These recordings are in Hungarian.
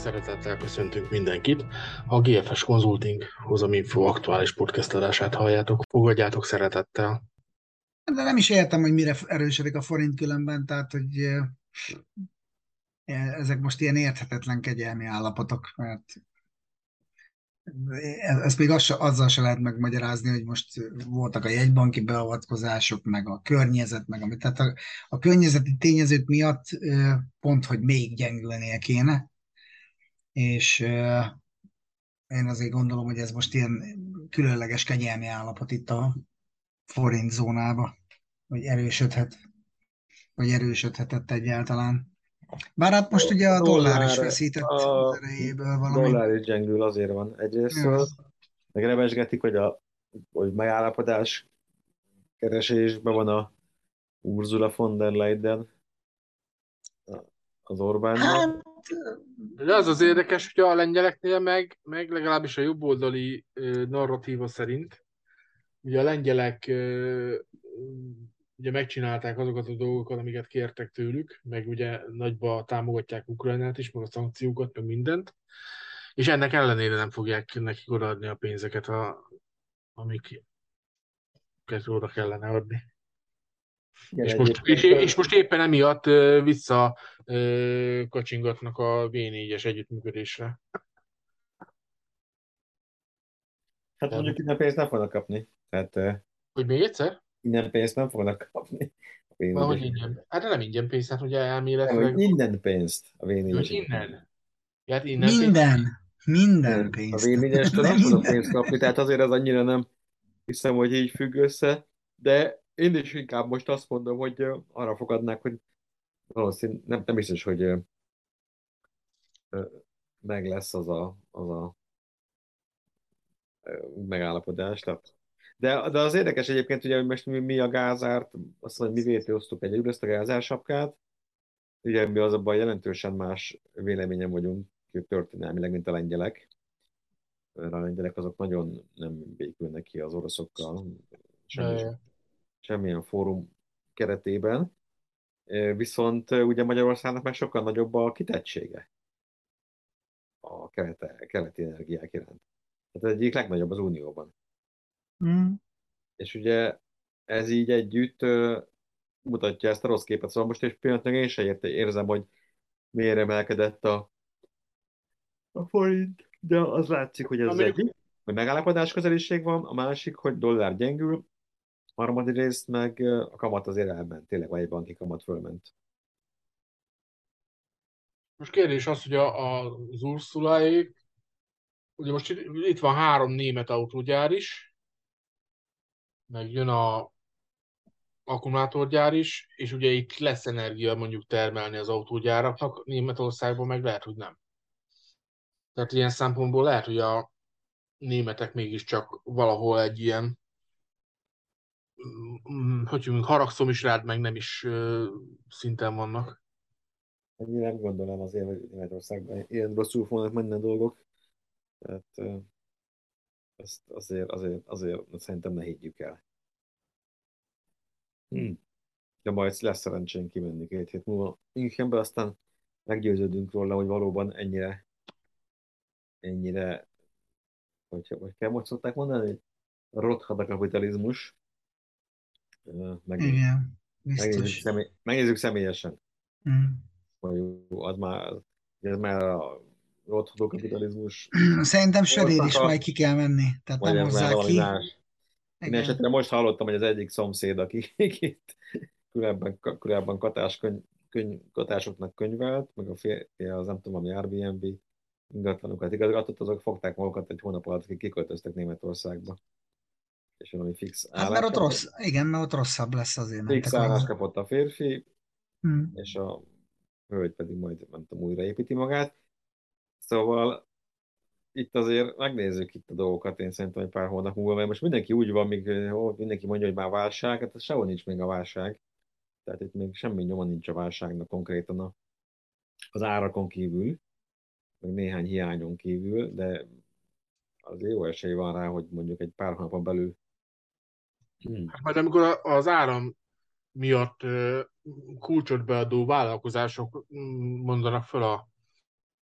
Szeretettel köszöntünk mindenkit. A GFS Consulting Hozam Info aktuális podcast adását halljátok. Fogadjátok szeretettel. De nem is értem, hogy mire erősödik a forint különben, tehát hogy ezek most ilyen érthetetlen kegyelmi állapotok, mert ezt még azzal se lehet megmagyarázni, hogy most voltak a jegybanki beavatkozások, meg a környezet, meg amit. Tehát a környezeti tényezők miatt pont, hogy még gyengülnie kéne, és én azért gondolom, hogy ez most ilyen különleges kegyelmi állapot itt a forint zónába, hogy vagy erősödhetett egyáltalán. Bár hát most ugye A a dollár is dollár, veszített az a erejéből valami. dollár is gyengül, azért van Ja. egyrésztről. Meg remesgetik, hogy megállapodás keresésben van a Ursula von der Leyen az Orbánnal. Hát, De az érdekes, hogy a lengyeleknél meg legalábbis a jobboldali narratíva szerint, ugye a lengyelek ugye megcsinálták azokat a dolgokat, amiket kértek tőlük, meg ugye nagyba támogatják Ukrajnát is, meg a szankciókat, meg mindent, és ennek ellenére nem fogják nekik odaadni a pénzeket, amiket oda kellene adni. Igen, És most éppen emiatt vissza kacsingatnak a V4-es együttműködésre. Hát mondjuk innen pénzt nem fognak kapni. Tehát Hogy még egyszer? innen pénzt nem fognak kapni. A Valahogy V4-es. ingyen. Hát de nem ingyen pénz, hát ugye Nem, hogy elméletileg. innen pénzt a Hogy V4-es. innen. Hát innen pénz. minden Nem, a pénzt. V4-estől De nem fognak minden. pénzt kapni, tehát azért az annyira nem hiszem, hogy így függ össze, de én is inkább most azt mondom, hogy arra fogadnák, hogy valószínűleg nem biztos, hogy meg lesz az a megállapodás. Tehát. De az érdekes egyébként, ugye, hogy most mi a gázárt, azt mondom, hogy mi vétóztuk egyedül ezt a gázársapkát, ugye mi az abban jelentősen más véleményen vagyunk történelmileg, mint a lengyelek. Mert a lengyelek azok nagyon nem békülnek ki az oroszokkal, semmi, Ö, semmilyen fórum keretében. Viszont ugye Magyarországnak meg sokkal nagyobb a kitettsége a keleti energiák iránt. Tehát egyik legnagyobb az Unióban. Mm. És ugye ez így együtt mutatja ezt a rossz képet. Szóval most egy pillanatban én sem érzem, hogy miért emelkedett a forint, de az látszik, hogy ez Na az mondjuk, egyik, hogy megállapodás közeliség van, a másik, hogy dollár gyengül, harmadrészt meg a kamat azért elment, tényleg vagy egy banki kamat fölment. most kérdés az, hogy az Ursuláék, ugye most itt van 3 német autógyár is, meg jön a akkumulátorgyár is, és ugye itt lesz energia mondjuk termelni az autógyáraknak, Németországban meg lehet, hogy nem. Tehát ilyen szempontból lehet, hogy a németek mégiscsak valahol egy ilyen, hogy mondjuk haragszom is rád, meg nem is szinten vannak. Én nem gondolom azért, hogy Németországban ilyen rosszul fognak menni a dolgok. Tehát ezt azért szerintem ne higgyük el. De majd lesz szerencsénk kimenni 2 hét múlva Münchenbe, aztán meggyőződünk róla, hogy valóban ennyire, hogy kell most szokták mondani, hogy rothad a kapitalizmus. Megnézzük, Igen, biztos. megnézzük személyesen, Mm. hogy ez már a rothadó kapitalizmus Szerintem Sörér is majd korszaka, ki kell menni, tehát vagy nem ez már hozzák valami ki. más. Én esetre Igen. most hallottam, hogy az egyik szomszéd, aki itt korábban katásoknak könyvelt, meg a férje az nem tudom, ami Airbnb ingatlanokat igazgatott, azok fogták magukat egy hónap alatt, akik kiköltöztek Németországba. És valami Hát mert ott rossz, igen, mert ott rosszabb lesz, azért fix mentek állást haza. kapott a férfi, Mm. és a hölgy pedig majd, nem tudom, újraépíti magát. Szóval itt azért megnézzük itt a dolgokat, én szerintem egy pár hónap múlva, mert most mindenki úgy van, mindenki mondja, hogy már válság, hát ez sehol nincs még a válság. Tehát itt még semmi nyoma nincs a válságnak konkrétan az árakon kívül, meg néhány hiányon kívül, de az jó esély van rá, hogy mondjuk egy pár hónapon belül Majd amikor az áram miatt kulcsot beadó vállalkozások mondanak föl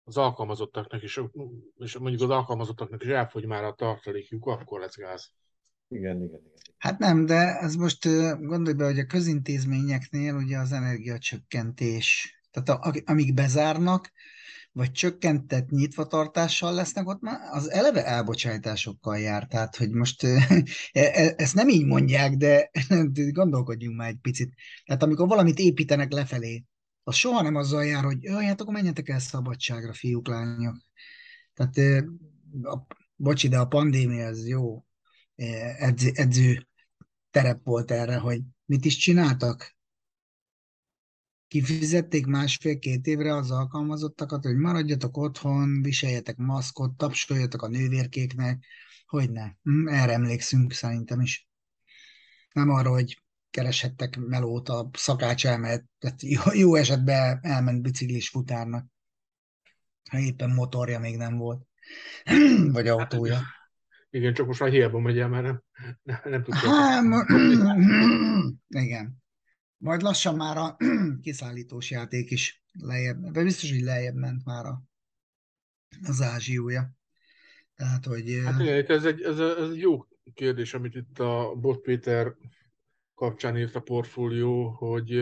az alkalmazottaknak is, és mondjuk az alkalmazottaknak is elfogy már a tartalékjuk, akkor lesz gáz. Igen. Hát nem, de ez most gondolj be, hogy a közintézményeknél ugye az energiacsökkentés, tehát amíg bezárnak, vagy csökkentett nyitvatartással lesznek, ott már az eleve elbocsájtásokkal jár. Tehát, hogy most ezt nem így mondják, de gondolkodjunk már egy picit. Tehát amikor valamit építenek lefelé, az soha nem azzal jár, hogy jaj, hát akkor menjetek el szabadságra, fiúk, lányok. Tehát, bocsi, de a pandémia az jó edző terep volt erre, hogy mit is csináltak? Kifizették 1,5-2 évre az alkalmazottakat, hogy maradjatok otthon, viseljetek maszkot, tapsoljatok a nővérkéknek, hogy ne. Erre emlékszünk szerintem is. Nem arra, hogy kereshettek melót, a szakács elmehet, tehát jó esetben elment biciklis futárnak, ha éppen motorja még nem volt, vagy Hát autója. igen, csak most már hiába megy el, mert nem tudja Hát, kapni. igen. Majd lassan már a kiszállítós játék is lejjebb, de biztos, hogy lejjebb ment már az ázsiója. Tehát, hogy Hát igen, itt ez egy jó kérdés, amit itt a Bot Péter kapcsán írt a portfólió,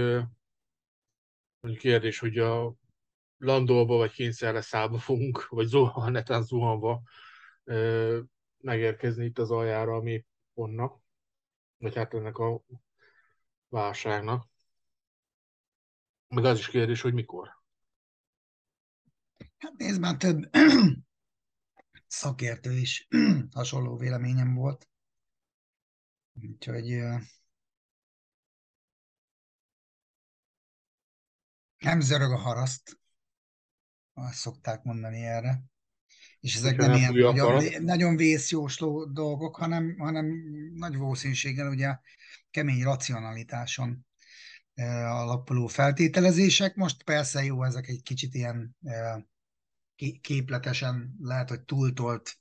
hogy kérdés, hogy a landolva vagy kényszerre szállva fogunk, vagy netán zuhanva megérkezni itt az aljára a mélypontnak, vagy hát ennek a válságnak. Meg az is kérdés, hogy mikor. hát nézd, már több szakértő is hasonló véleményem volt. Úgyhogy nem zörög a haraszt, azt szokták mondani erre. És ezek Hogyha nem nem ilyen fújja a falat. nagyon vészjósló dolgok, hanem nagy valószínűséggel ugye kemény racionalitáson alapuló feltételezések. Most persze jó, ezek egy kicsit ilyen képletesen lehet, hogy túltolt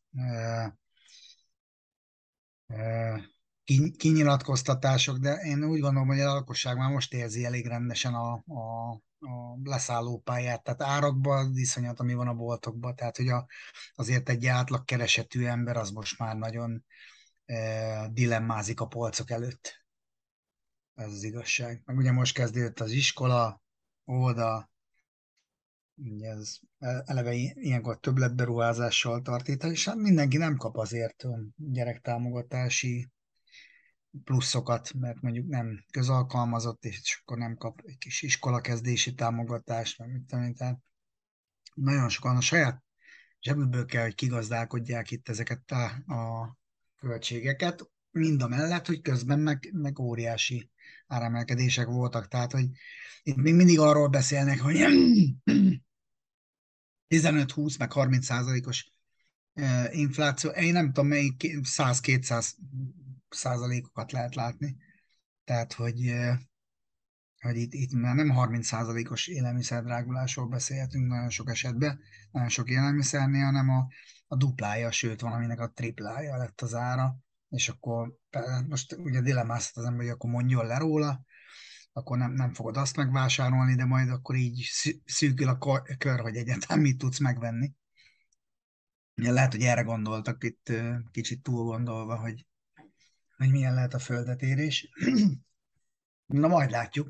kinyilatkoztatások, de én úgy gondolom, hogy a lakosság már most érzi elég rendesen a leszállópályát, tehát árakban iszonyat, ami van a boltokban, tehát hogy azért egy átlag keresetű ember az most már nagyon dilemmázik a polcok előtt. Ez az igazság. Meg ugye most kezdődött az iskola, óvoda, ugye ez eleve ilyenkor többletberuházással tartít, és hát mindenki nem kap azért gyerektámogatási pluszokat, mert mondjuk nem közalkalmazott, és akkor nem kap egy kis iskolakezdési támogatást, meg mit tudom én, tehát nagyon sokan a saját zsebükből kell, hogy kigazdálkodják itt ezeket a költségeket, mind a mellett, hogy közben meg óriási áremelkedések voltak, tehát hogy itt még mindig arról beszélnek, hogy 15-20 meg 30%-os infláció, én nem tudom, melyik 100-200%-okat lehet látni. Tehát, hogy itt már nem 30%-os élelmiszerdrágulásról beszélhetünk nagyon sok esetben, nagyon sok élelmiszernél, hanem a duplája, sőt van, aminek a triplája lett az ára, és akkor most ugye dilemmáztat az ember, hogy akkor mondjon le róla, akkor nem fogod azt megvásárolni, de majd akkor így szűkül a kör, hogy egyáltalán mit tudsz megvenni. Ugye lehet, hogy erre gondoltak itt kicsit túl gondolva, hogy milyen lehet a földetérés. Na majd látjuk.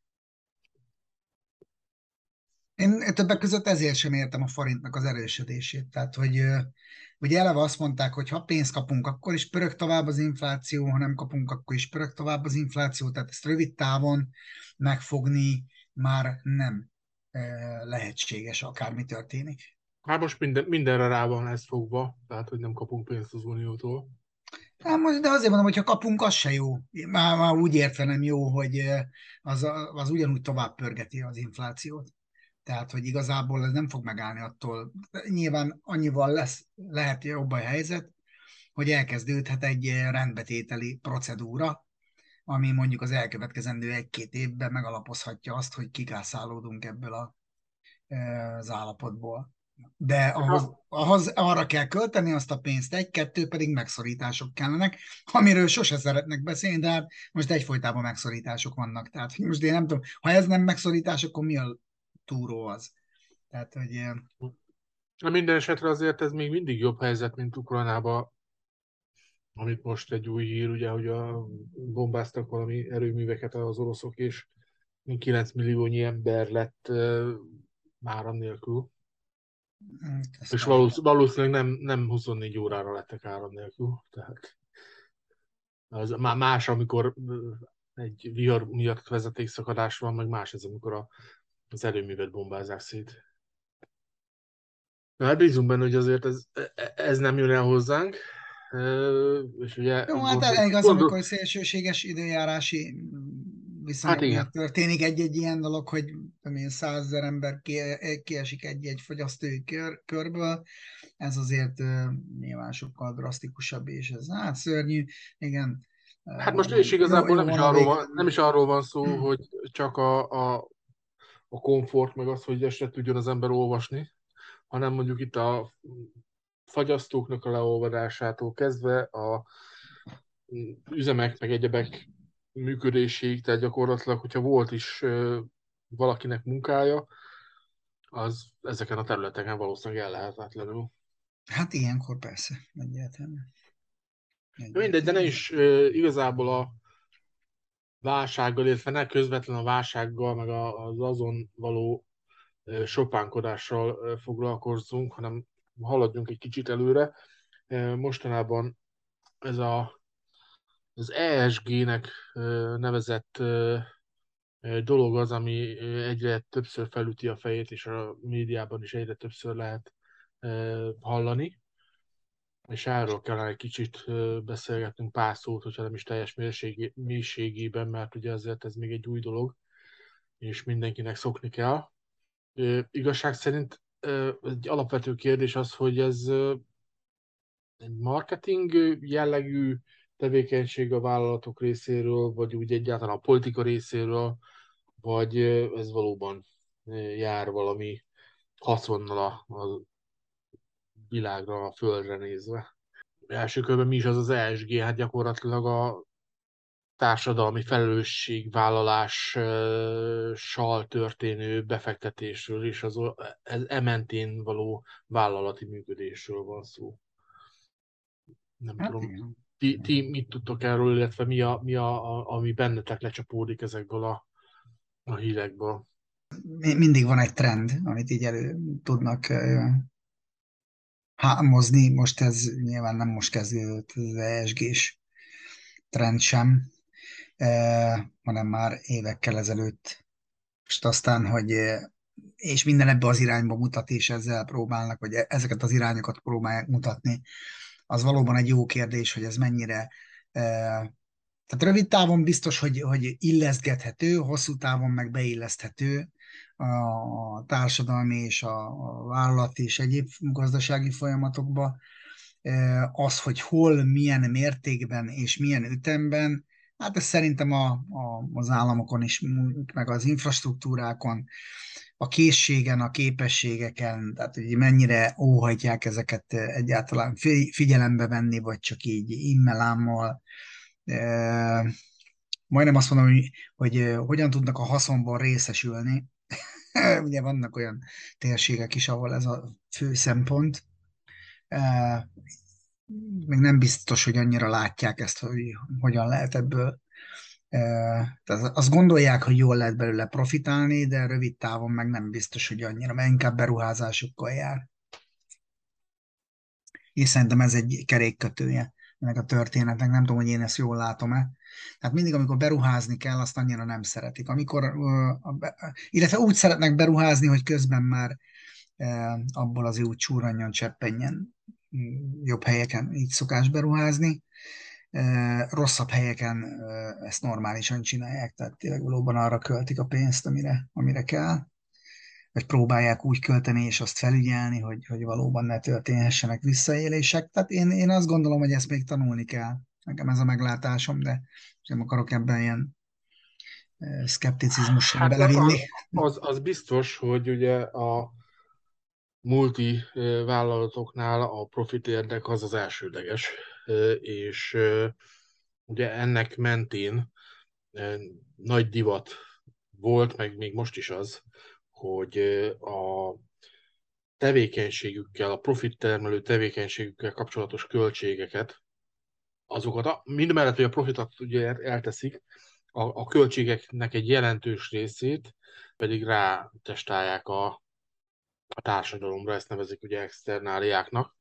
Én többek között ezért sem értem a forintnak az erősödését. Tehát, hogy eleve azt mondták, hogy ha pénzt kapunk, akkor is pörög tovább az infláció, ha nem kapunk, akkor is pörög tovább az infláció. Tehát ezt rövid távon megfogni már nem lehetséges, akármi történik. Hát most mindenre rá van ez fogva, tehát hogy nem kapunk pénzt az Uniótól. Hát most, de azért mondom, hogy ha kapunk, az se jó. Már úgy értve nem jó, hogy az ugyanúgy tovább pörgeti az inflációt. Tehát, hogy igazából ez nem fog megállni attól. Nyilván annyival lehet jobb a helyzet, hogy elkezdődhet egy rendbetételi procedúra, ami mondjuk az elkövetkezendő 1-2 évben megalapozhatja azt, hogy kikászálódunk ebből az állapotból. De ahhoz arra kell költeni azt a pénzt, 1-2 pedig megszorítások kellenek, amiről sose szeretnek beszélni, de hát most egyfolytában megszorítások vannak. Tehát most én nem tudom, ha ez nem megszorítás, akkor mi a túró az? Tehát, hogy Minden esetre azért ez még mindig jobb helyzet, mint Ukrajnában, amit most egy új hír, ugye, hogy bombáztak valami erőműveket az oroszok, és 9 milliónyi ember lett áram nélkül. Ez És kemény. valószínűleg nem 24 órára lettek áram nélkül. Tehát az már más, amikor egy vihar miatt vezetékszakadás van, meg más ez, amikor az erőművet bombázzák szét. Na, hát bízunk benne, hogy azért ez nem jön el hozzánk. És ugye Jó, hát elég az, gondol, amikor szélsőséges időjárási hát viszonyok igen. miatt történik egy-egy ilyen dolog, hogy 100 000 ember kiesik egy-egy fogyasztói körből, ez azért nyilván sokkal drasztikusabb, és ez hát szörnyű, igen. Hát most és igazából Jó van a nem is végtelenül. arról van szó, hogy csak a komfort, meg az, hogy ezt tudjon az ember olvasni, hanem mondjuk itt a fagyasztóknak a leolvadásától kezdve a üzemek, meg egyebek működéséig, tehát gyakorlatilag, hogyha volt is valakinek munkája, az ezeken a területeken valószínűleg ellehetetlenül. Hát ilyenkor persze, egyértelmű. Mindegy, de ne Egyértelmű. is igazából a válsággal, illetve ne közvetlen a válsággal, meg az azon való sopánkodással foglalkozzunk, hanem haladjunk egy kicsit előre. Mostanában ez az ESG-nek nevezett dolog az, ami egyre többször felüti a fejét, és a médiában is egyre többször lehet hallani. És erről kellene egy kicsit beszélgetnünk pár szót, hogyha nem is teljes mélységében, mert ugye azért ez még egy új dolog, és mindenkinek szokni kell. Igazság szerint egy alapvető kérdés az, hogy ez egy marketing jellegű tevékenység a vállalatok részéről, vagy úgy egyáltalán a politika részéről, vagy ez valóban jár valami haszonnal a világra, a földre nézve. Első körben mi is az ESG? Hát gyakorlatilag a társadalmi felelősségvállalással történő befektetésről és ez ementén való vállalati működésről van szó. Nem Hát tudom, igen. ti mit tudtok erről, illetve ami bennetek lecsapódik ezekből a hírekből? Mindig van egy trend, amit így elő tudnak hámozni. Most ez nyilván nem most kezdődött az ESG-s trend sem, hanem már évekkel ezelőtt. Most aztán, hogy és minden ebbe az irányba mutat, és ezzel próbálnak, vagy ezeket az irányokat próbálják mutatni. Az valóban egy jó kérdés, hogy ez mennyire tehát rövid távon biztos, hogy illesztgethető, hosszú távon meg beilleszthető a társadalmi és a vállalati és egyéb gazdasági folyamatokba. Az, hogy hol, milyen mértékben és milyen ütemben, hát ez szerintem az államokon is, meg az infrastruktúrákon, a készségen, a képességeken, tehát hogy mennyire óhajtják ezeket egyáltalán figyelembe venni, vagy csak így immelámmal majdnem azt mondom, hogy hogyan tudnak a haszonból részesülni. Ugye vannak olyan térségek is, ahol ez a fő szempont. Még nem biztos, hogy annyira látják ezt, hogy hogyan lehet ebből. Tehát azt gondolják, hogy jól lehet belőle profitálni, de rövid távon meg nem biztos, hogy annyira, mert inkább beruházásokkal jár. És szerintem ez egy kerékkötője ennek a történetnek. Nem tudom, hogy én ezt jól látom-e. Tehát mindig, amikor beruházni kell, azt annyira nem szeretik. Illetve úgy szeretnek beruházni, hogy közben már abból az úgy csúranjon, cseppenjen. Jobb helyeken így szokás beruházni. Rosszabb helyeken ezt normálisan csinálják, tehát tényleg valóban arra költik a pénzt, amire kell, vagy próbálják úgy költeni és azt felügyelni, hogy valóban ne történhessenek visszaélések. Tehát én azt gondolom, hogy ezt még tanulni kell. Nekem ez a meglátásom, de nem akarok ebben ilyen szkepticizmussal Hát belevinni. az biztos, hogy ugye a multi vállalatoknál a profit érdek az elsődleges, és ugye ennek mentén nagy divat volt, meg még most is az, hogy a tevékenységükkel, a profit termelő tevékenységükkel kapcsolatos költségeket, azokat, mindemellett, hogy a profitot ugye elteszik, a költségeknek egy jelentős részét pedig rátestálják a társadalomra, ezt nevezik ugye externáliáknak,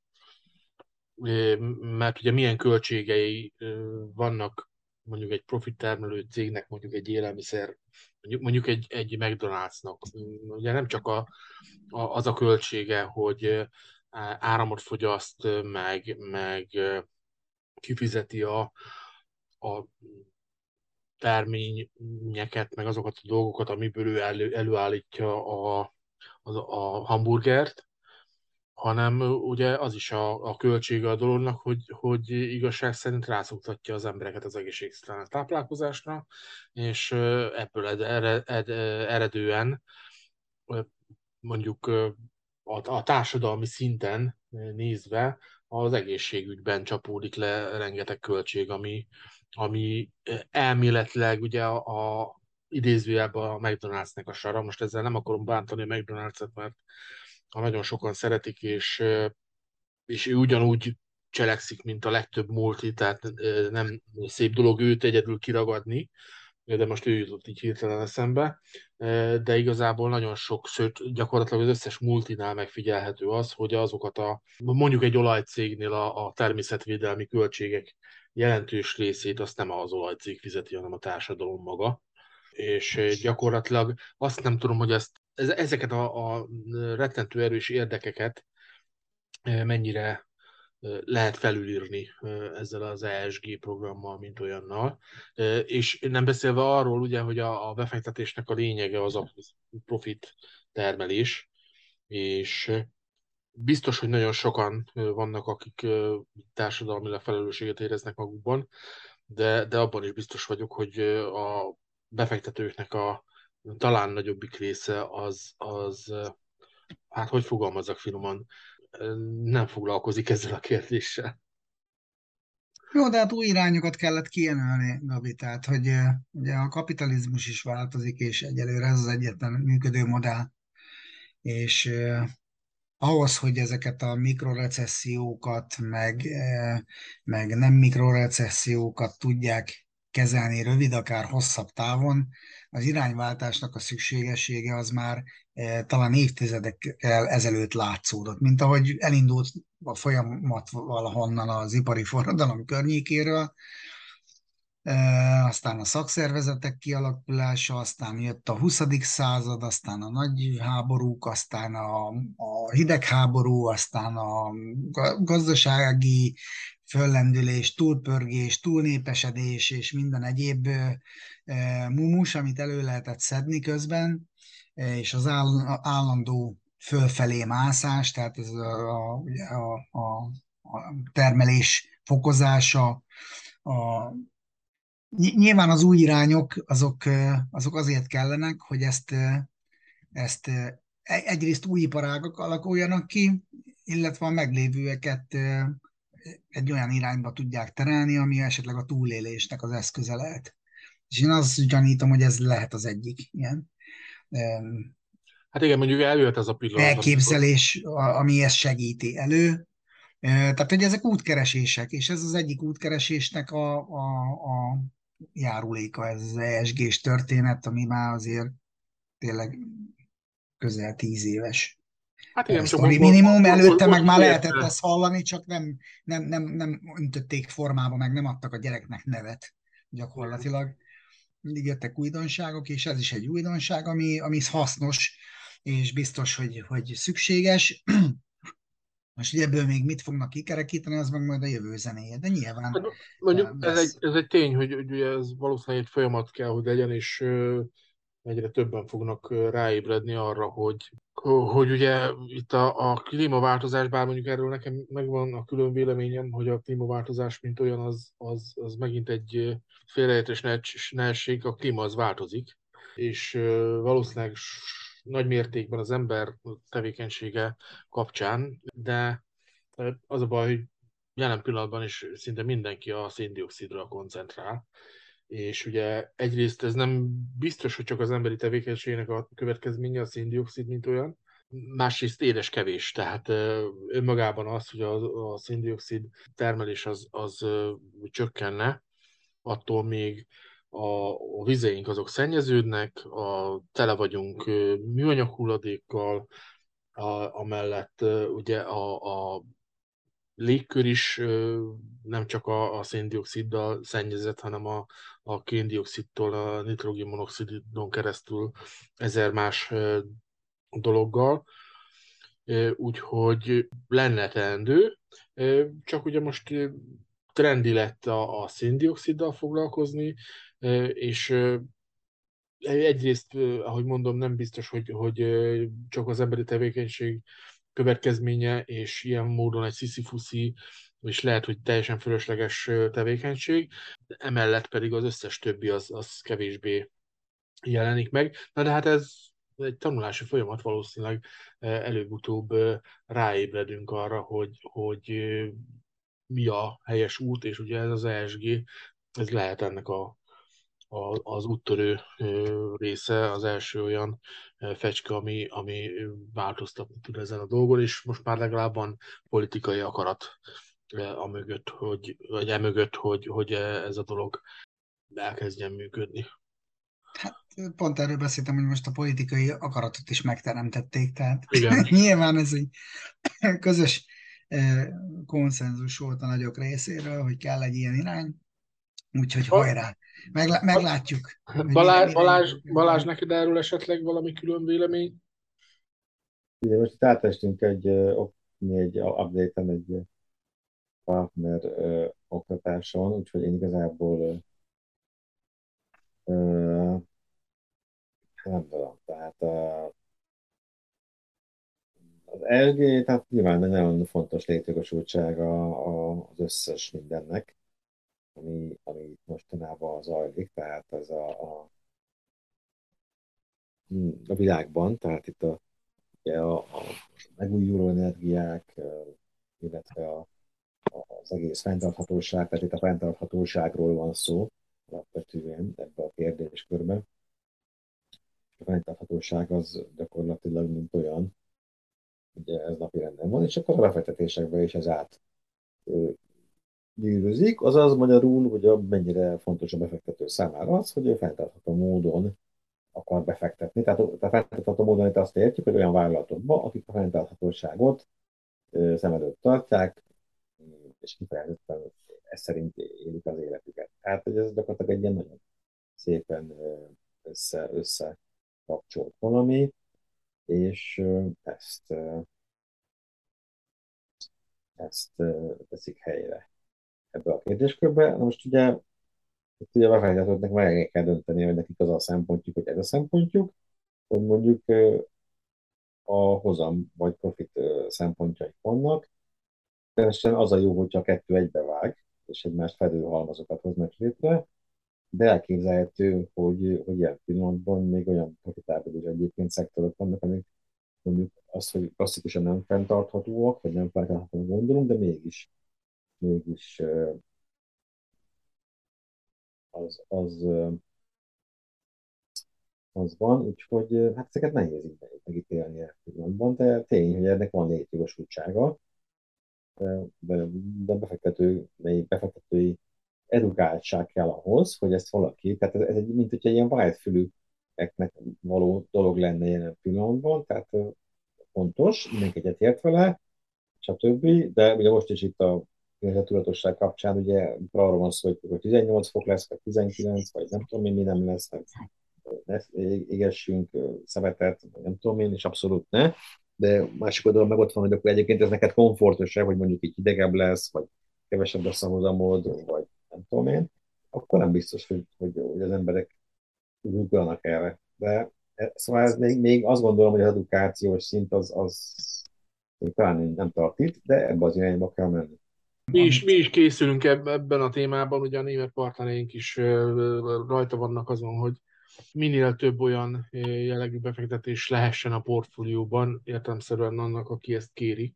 mert ugye milyen költségei vannak mondjuk egy profit termelő cégnek, mondjuk egy élelmiszer, mondjuk egy McDonald'snak. Ugye nem csak az a költsége, hogy áramot fogyaszt, meg kifizeti a terményeket, meg azokat a dolgokat, amiből ő előállítja a hamburgert, hanem ugye az is a költsége a dolognak, hogy igazság szerint rászoktatja az embereket az egészségtelen táplálkozásra, és ebből eredően mondjuk a társadalmi szinten nézve az egészségügyben csapódik le rengeteg költség, ami elméletileg ugye a idézőjelben a McDonald'snek a sara. Most ezzel nem akarom bántani a McDonald's-et, mert nagyon sokan szeretik, és ő ugyanúgy cselekszik, mint a legtöbb multi, tehát nem szép dolog őt egyedül kiragadni, de most ő jutott így hirtelen eszembe, de igazából nagyon sok, sőt gyakorlatilag az összes multinál megfigyelhető az, hogy azokat mondjuk egy olajcégnél a természetvédelmi költségek jelentős részét azt nem az olajcég fizeti, hanem a társadalom maga. És gyakorlatilag azt nem tudom, hogy ezeket a rettentő erős érdekeket mennyire lehet felülírni ezzel az ESG programmal, mint olyannal. És nem beszélve arról, ugye, hogy a befektetésnek a lényege az a profit termelés, és biztos, hogy nagyon sokan vannak, akik társadalmilag felelősséget éreznek magukban, de abban is biztos vagyok, hogy a befektetőknek a talán nagyobbik része az hát hogy fogalmazzak finoman, nem foglalkozik ezzel a kérdéssel. Jó, de hát új irányokat kellett kijelölni, Gabi, tehát, hogy ugye a kapitalizmus is változik, és egyelőre ez az egyetlen működő modell, és ahhoz, hogy ezeket a mikrorecessziókat, meg nem mikrorecessziókat tudják kezelni rövid, akár hosszabb távon, az irányváltásnak a szükségessége az már talán évtizedekkel ezelőtt látszódott, mint ahogy elindult a folyamat valahonnan az ipari forradalom környékéről, aztán a szakszervezetek kialakulása, aztán jött a 20. század, aztán a nagy háborúk, aztán a hidegháború, aztán a gazdasági föllendülés, túlpörgés, túlnépesedés és minden egyéb mumus, amit elő lehetett szedni közben, és az állandó fölfelé mászás, tehát ez a termelés fokozása, a nyilván az új irányok azok azért kellenek, hogy ezt egyrészt új iparágak alakuljanak ki, illetve a meglévőeket egy olyan irányba tudják terelni, ami esetleg a túlélésnek az eszköze lehet. És én azt gyanítom, hogy ez lehet az egyik ilyen Hát igen, mondjuk eljött ez a pillanat, amikor... elképzelés, ami ezt segíti elő. Tehát, hogy ezek útkeresések, és ez az egyik útkeresésnek a járuléka, ez az ESG-s történet, ami már azért tényleg közel 10 éves Hát igen, csak sztori minimum. Előtte meg most már lehetett érte. ezt hallani, csak nem öntötték formába, meg nem adtak a gyereknek nevet gyakorlatilag. Mindig jöttek újdonságok, és ez is egy újdonság, ami hasznos, és biztos, hogy szükséges. Most ugye ebből még mit fognak kikerekíteni, az meg majd a jövő zenéje, de nyilván Hát mondjuk lesz. ez egy tény, hogy ugye ez valószínűleg egy folyamat kell, hogy legyen, és egyre többen fognak ráébredni arra, hogy ugye itt a klímaváltozás, bár mondjuk erről nekem megvan a külön véleményem, hogy a klímaváltozás mint olyan, az megint egy félreértés nehesség, a klíma az változik, és valószínűleg nagy mértékben az ember tevékenysége kapcsán, de az a baj, hogy jelen pillanatban is szinte mindenki a széndioxidra koncentrál, és ugye egyrészt ez nem biztos, hogy csak az emberi tevékenységnek a következménye a széndioxid, mint olyan, másrészt édes kevés, tehát önmagában az, hogy a széndioxid termelés az csökkenne, attól még a vizeink azok szennyeződnek, tele vagyunk műanyag hulladékkal, amellett ugye a légkör is nem csak a széndioxiddal szennyezett, hanem a kéndioxidtól, a nitrogénmonoxidon keresztül ezer más dologgal. Úgyhogy lenne teendő, csak ugye most trendi lett a széndioxiddal foglalkozni, és egyrészt, ahogy mondom, nem biztos, hogy csak az emberi tevékenység következménye, és ilyen módon egy sziszifuszi, és lehet, hogy teljesen fölösleges tevékenység, emellett pedig az összes többi az kevésbé jelenik meg. Na de hát ez egy tanulási folyamat, valószínűleg előbb-utóbb ráébredünk arra, hogy mi a helyes út, és ugye ez az ESG, ez lehet ennek az úttörő része, az első olyan fecske, ami változtatni tud ezen a dolgon, és most már legalább van politikai akarat amögött, vagy emögött, hogy ez a dolog elkezdjen működni. Hát pont erről beszéltem, hogy most a politikai akaratot is megteremtették, tehát Igen. nyilván ez egy közös konszenzus volt a nagyok részéről, hogy kell egy ilyen irány, úgyhogy hajrá. Meglátjuk, hogy mire jutunk Balázs, ebben. neked erről esetleg valami külön vélemény? Ugye most itt átestünk egy update-en, egy partner oktatáson, úgyhogy én igazából nem tudom, tehát az LG, tehát nyilván egy nagyon fontos létjogosultsága az összes mindennek, ami itt mostanában zajlik, tehát ez a világban, tehát itt ugye a megújuló energiák, illetve az egész fenntarthatóság, tehát itt a fenntarthatóságról van szó alapvetően ebbe a kérdéskörben. A fenntarthatóság az gyakorlatilag mint olyan, ugye ez napirenden van, és akkor a befektetésekben is ez gyűrűzik, azaz magyarul, hogy mennyire fontos a befektető számára az, hogy ő fenntartható módon akar befektetni. Tehát a fenntartható módon itt azt értjük, hogy olyan vállalatokba, akik a fenntarthatóságot szem előtt tartják, és kifejezetten ez szerint élik az életüket. Tehát, hogy ez gyakorlatilag egy ilyen nagyon szépen összekapcsolt valami, és ezt teszik helyre ebbe a kérdéskörbe. Na most ugye a befektetőknek meg kell dönteni, hogy nekik az a szempontjuk, hogy ez a szempontjuk, hogy mondjuk a hozam vagy profit szempontjaik vannak. Természetesen az a jó, hogyha a kettő egybevág, és egymást fedő halmazokat hoznak létre, de elképzelhető, hogy ilyen pillanatban még olyan profitábilis egyébként szektorok vannak, amik mondjuk azt, hogy klasszikusan nem fenntarthatóak, vagy nem fenntarthatóak gondolunk, de mégis az az van, úgyhogy hát ezeket nehéz így megítélni a pillanatban, de tény, hogy ennek van létjogosultsága, de befektetői edukáltság kell ahhoz, hogy ezt valaki, tehát ez egy, mint hogyha ilyen vájtfülűeknek való dolog lenne jelen pillanatban, tehát fontos, mindenki egyetért vele, stb. De ugye most is itt a tudatosság kapcsán ugye arról van szó, hogy 18 fok lesz, vagy 19, vagy nem tudom én, mi nem lesz, égessünk szemetet, vagy nem tudom én, és abszolút ne. De másik oldalon meg ott van, hogy akkor egyébként ez neked komfortosabb, hogy mondjuk így hidegebb lesz, vagy kevesebb lesz a hozamod, vagy nem tudom én, akkor nem biztos, hogy az emberek rúgjanak erre. De szóval ez még azt gondolom, hogy az edukációs szint az még talán nem tart itt, de ebbe az irányba kell menni. Mi is készülünk ebben a témában, ugye a német partnereink is rajta vannak azon, hogy minél több olyan jellegű befektetés lehessen a portfólióban, értelemszerűen annak, aki ezt kéri,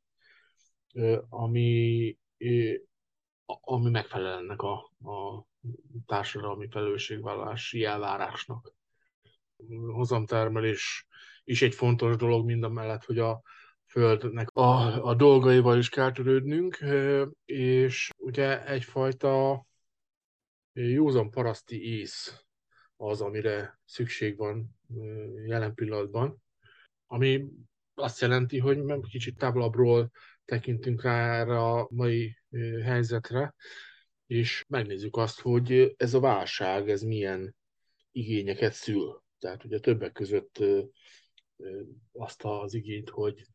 ami, ami megfelel ennek a társadalmi felelősségvállalási elvárásnak. Hozamtermelés is egy fontos dolog, mind a mellett, hogy a Földnek a dolgaival is kell törődnünk, és ugye egyfajta józan paraszti ész az, amire szükség van jelen pillanatban, ami azt jelenti, hogy kicsit távolabbról tekintünk rá erre a mai helyzetre, és megnézzük azt, hogy ez a válság, ez milyen igényeket szül. Tehát ugye többek között azt az igényt, hogy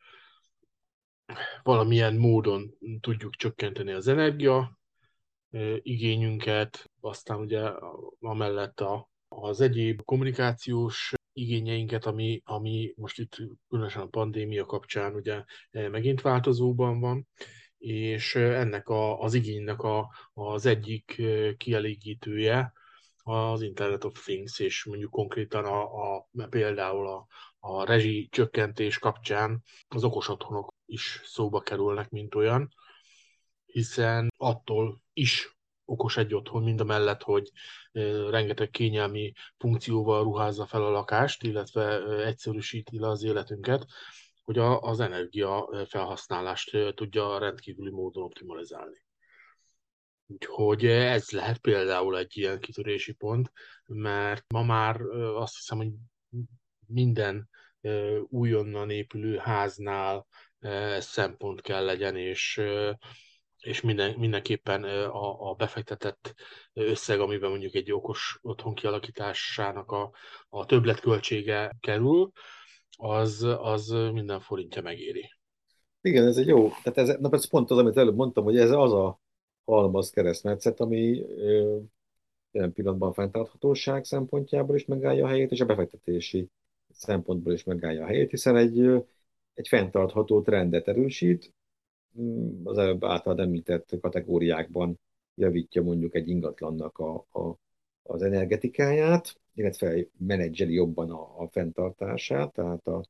valamilyen módon tudjuk csökkenteni az energia igényünket, aztán ugye amellett az egyéb kommunikációs igényeinket, ami most itt különösen a pandémia kapcsán ugye megint változóban van, és ennek az igénynek az egyik kielégítője az Internet of Things, és mondjuk konkrétan például a rezsi csökkentés kapcsán az okos otthonok is szóba kerülnek, mint olyan, hiszen attól is okos egy otthon, mind a mellett, hogy rengeteg kényelmi funkcióval ruházza fel a lakást, illetve egyszerűsíti le az életünket, hogy az energia felhasználást tudja rendkívüli módon optimalizálni. Úgyhogy ez lehet például egy ilyen kitörési pont, mert ma már azt hiszem, hogy minden újonnan épülő háznál szempont kell legyen, és mindenképpen a befektetett összeg, amiben mondjuk egy okos otthon kialakításának a többletköltsége kerül, az minden forintja megéri. Igen, ez egy jó, tehát ez pont az, amit előbb mondtam, hogy ez az a halmaz keresztmetszet, ami jelen pillanatban a fenntarthatóság szempontjából is megállja a helyét, és a befektetési szempontból is megállja a helyét, hiszen egy fenntartható trendet erősít, az előbb általad említett kategóriákban javítja mondjuk egy ingatlannak az energetikáját, illetve menedzseli jobban a fenntartását, tehát a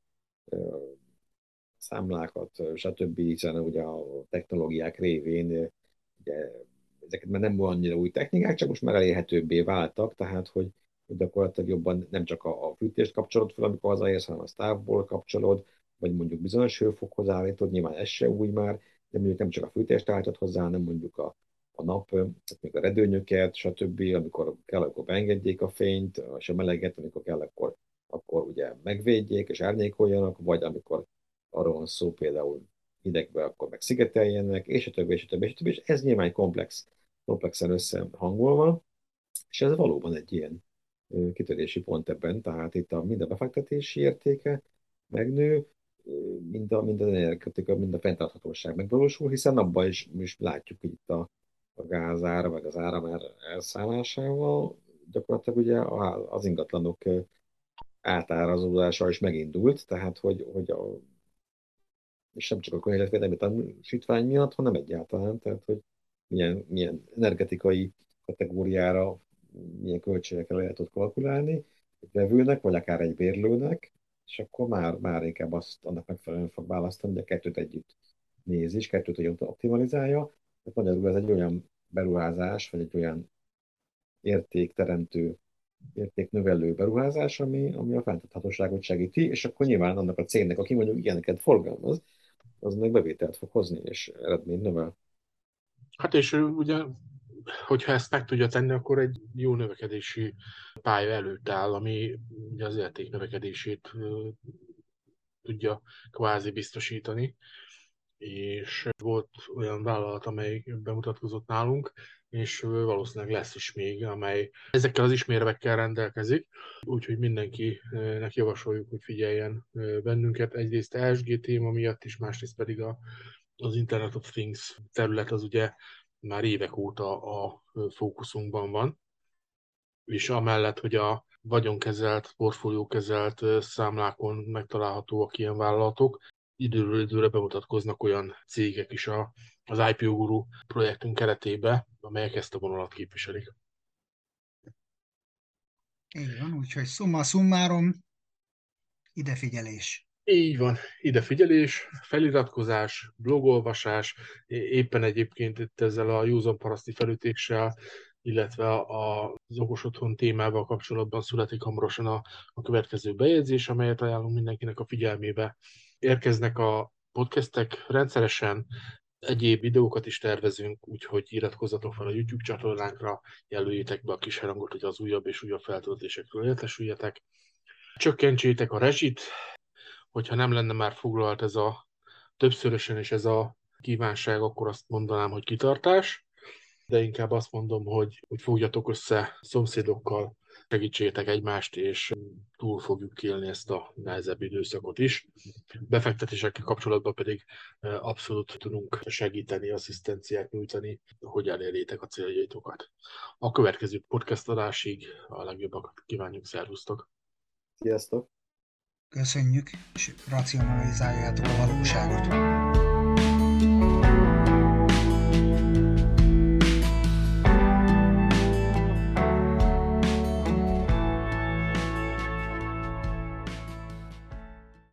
számlákat, stb. Hiszen ugye a technológiák révén ugye, ezeket már nem annyira új technikák, csak most már elérhetőbbé váltak, tehát hogy gyakorlatilag jobban nem csak a fűtést kapcsolod fel, amikor hazaérsz, hanem a távból kapcsolod, vagy mondjuk bizonyos hőfokhoz állítod, nyilván ez se új már, de mondjuk nem csak a fűtést állítod hozzá, hanem mondjuk a nap, még a redőnyöket, stb. Amikor kell, akkor beengedjék a fényt, és a meleget, amikor kell, akkor ugye megvédjék és árnyékoljanak, vagy amikor arról van szó például hidegben, akkor meg szigeteljenek, és a többi, és a többi, és a többi, és ez nyilván komplexen összehangolva, és ez valóban egy ilyen kitörési pont ebben, tehát itt mind a befektetési értéke megnő, mind az energetika, mind a fenntarthatóság megvalósul, hiszen abban is látjuk hogy itt a gázára, meg az áram elszállásával, gyakorlatilag ugye az ingatlanok átárazódása is megindult, tehát hogy és nem csak a környezetvédelmi tanúsítvány miatt, hanem egyáltalán, tehát hogy milyen energetikai kategóriára, milyen költségekre lehet ott kalkulálni egy vevőnek, vagy akár egy bérlőnek, és akkor már inkább annak megfelelően fog választani, hogy a kettőt együtt nézi, és kettőt együtt optimalizálja. Tehát magyarul ez egy olyan beruházás, vagy egy olyan értékteremtő, értéknövelő beruházás, ami a fenntarthatóságot segíti, és akkor nyilván annak a cégnek, aki mondjuk ilyeneket forgalmaz, az meg bevételt fog hozni, és eredményt növel. Hát és ugye, hogyha ezt meg tudja tenni, akkor egy jó növekedési pálya előtt áll, ami ugye az érték növekedését tudja kvázi biztosítani. És volt olyan vállalat, amely bemutatkozott nálunk, és valószínűleg lesz is még, amely ezekkel az ismérvekkel rendelkezik, úgyhogy mindenkinek javasoljuk, hogy figyeljen bennünket. Egyrészt ESG téma miatt is, másrészt pedig az Internet of Things terület az ugye már évek óta a fókuszunkban van, és amellett, hogy a vagyonkezelt, portfóliókezelt számlákon megtalálhatóak ilyen vállalatok, időről időre bemutatkoznak olyan cégek is az IPO Guru projektünk keretében, amelyek ezt a vonalat képviselik. Így van, úgyhogy summa summarum, idefigyelés. Így van, ide figyelés, feliratkozás, blogolvasás, éppen egyébként itt ezzel a józan paraszti felütéssel illetve az okos otthon témával kapcsolatban születik hamarosan a következő bejegyzés, amelyet ajánlunk mindenkinek a figyelmébe. Érkeznek a podcastek rendszeresen, egyéb videókat is tervezünk, úgyhogy iratkozzatok fel a YouTube csatornánkra, jelöljétek be a kis harangot, hogy az újabb és újabb feltöltésekről értesüljetek. Csökkentsétek a rezsit, hogyha nem lenne már foglalt ez a többszörösen és ez a kívánság, akkor azt mondanám, hogy kitartás, de inkább azt mondom, hogy fogjatok össze szomszédokkal, segítsétek egymást, és túl fogjuk élni ezt a nehezebb időszakot is. Befektetésekkel kapcsolatban pedig abszolút tudunk segíteni, asszisztenciát nyújtani, hogy elérjétek a céljaitokat. A következő podcast adásig a legjobbakat kívánjuk, szervusztok! Sziasztok! Köszönjük, és racionalizáljátok a valóságot.